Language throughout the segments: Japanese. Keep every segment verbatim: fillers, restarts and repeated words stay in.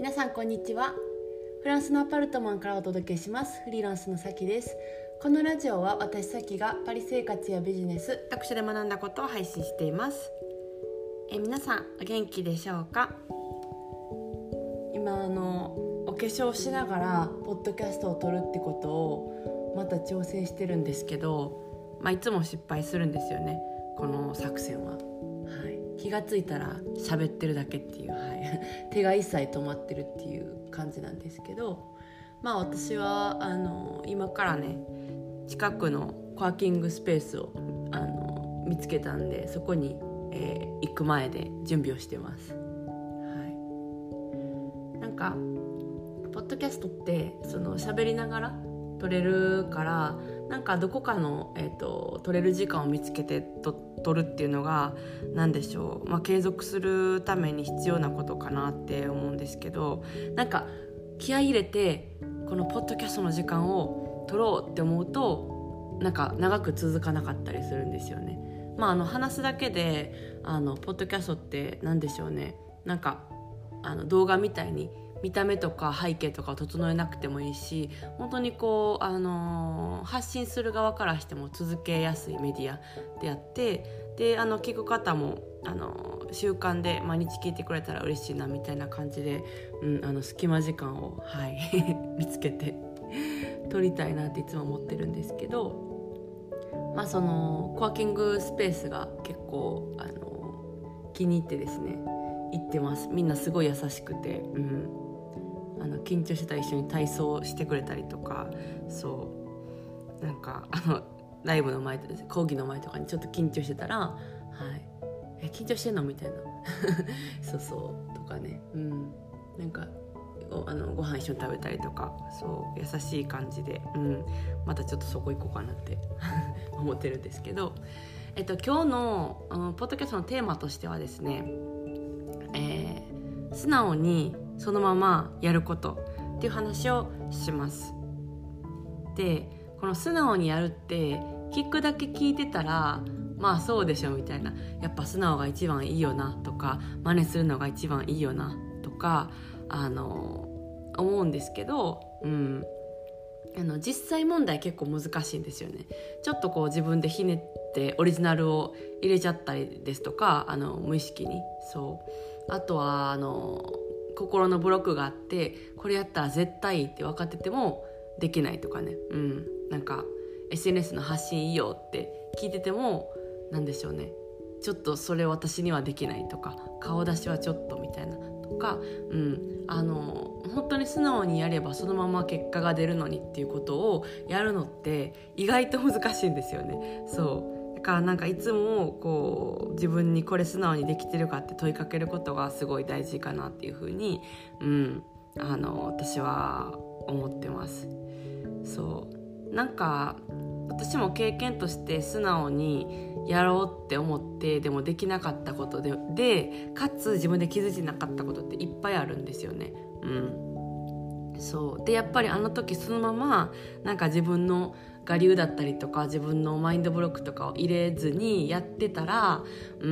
皆さんこんにちは。フランスのアパルトマンからお届けしますフリーランスのさきです。このラジオは私さきがパリ生活やビジネス、読書で学んだことを配信しています。え皆さんお元気でしょうか。今あのお化粧しながらポッドキャストを撮るってことをまた挑戦してるんですけど、まあ、いつも失敗するんですよね、この作戦は。気がついたら喋ってるだけっていう、はい、手が一切止まってるっていう感じなんですけど、まあ私はあの今からね近くのコワーキングスペースをあの見つけたんで、そこに、えー、行く前で準備をしてます。はい、なんかポッドキャストってその喋りながら撮れるから、なんかどこかの、えーと、撮れる時間を見つけてと撮るっていうのが何でしょう、まあ、継続するために必要なことかなって思うんですけど、なんか気合い入れてこのポッドキャストの時間を撮ろうって思うとなんか長く続かなかったりするんですよね。まあ、あの話すだけであのポッドキャストって何でしょうね、なんかあの動画みたいに見た目とか背景とかを整えなくてもいいし、本当にこう、あのー、発信する側からしても続けやすいメディアであって、であの聞く方も、あのー、習慣で毎日聞いてくれたら嬉しいなみたいな感じで、うん、あの隙間時間を、はい、見つけて撮りたいなっていつも思ってるんですけど、まあ、そのコワーキングスペースが結構、あのー、気に入ってですね行ってます。みんなすごい優しくて、うんあの緊張してたら一緒に体操してくれたりとか、そうなんかあのライブの前で講義の前とかにちょっと緊張してたら、はい、え緊張してんのみたいなそうそうとかね、うんなんかあのご飯一緒に食べたりとか、そう優しい感じで、うん、またちょっとそこ行こうかなって思ってるんですけど、えっと今日の、うん、ポッドキャストのテーマとしてはですね、えー、素直にそのままやることっていう話をします。でこの素直にやるって聞くだけ聞いてたらまあそうでしょみたいな、やっぱ素直が一番いいよなとか真似するのが一番いいよなとかあの思うんですけど、うんあの実際問題結構難しいんですよね。ちょっとこう自分でひねってオリジナルを入れちゃったりですとか、あの無意識にそうあとはあの心のブロックがあって、これやったら絶対いいって分かっててもできないとかね、うん、なんか エスエヌエス の発信いいよって聞いててもなんでしょうね、ちょっとそれ私にはできないとか、顔出しはちょっとみたいなとか、うん、あの本当に素直にやればそのまま結果が出るのにっていうことをやるのって意外と難しいんですよね。そうだからなんかいつもこう自分にこれ素直にできてるかって問いかけることがすごい大事かなっていうふうに、うん、あの私は思ってます。そうなんか私も経験として素直にやろうって思ってでもできなかったことで、でかつ自分で気づいてなかったことっていっぱいあるんですよね。うんそうでやっぱりあの時そのままなんか自分の我流だったりとか自分のマインドブロックとかを入れずにやってたら、うん、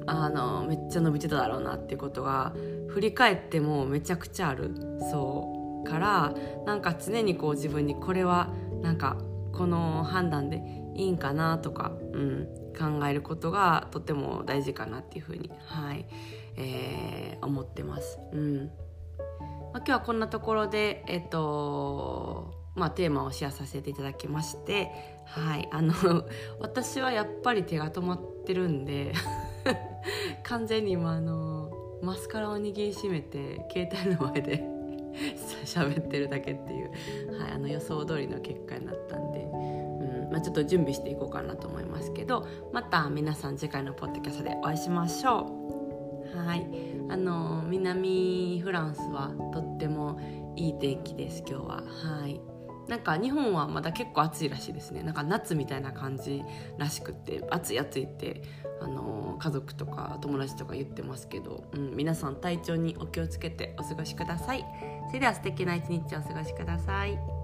あのめっちゃ伸びてただろうなっていうことが振り返ってもめちゃくちゃある。そうからなんか常にこう自分にこれはなんかこの判断でいいんかなとか、うん、考えることがとても大事かなっていうふうに、はいえー、思ってます。うんまあ、今日はこんなところでえっとまあ、テーマをシェアさせていただきまして、はい、あの私はやっぱり手が止まってるんで完全に今あのマスカラを握りしめて携帯の前で喋ってるだけっていう、はい、あの予想通りの結果になったんで、うんまあ、ちょっと準備していこうかなと思いますけど、また皆さん次回のポッドキャストでお会いしましょう。はい、あの南フランスはとってもいい天気です今日は。はいなんか日本はまだ結構暑いらしいですね。なんか夏みたいな感じらしくって、暑い暑いってあの家族とか友達とか言ってますけど、うん、皆さん体調にお気をつけてお過ごしください。それでは素敵な一日をお過ごしください。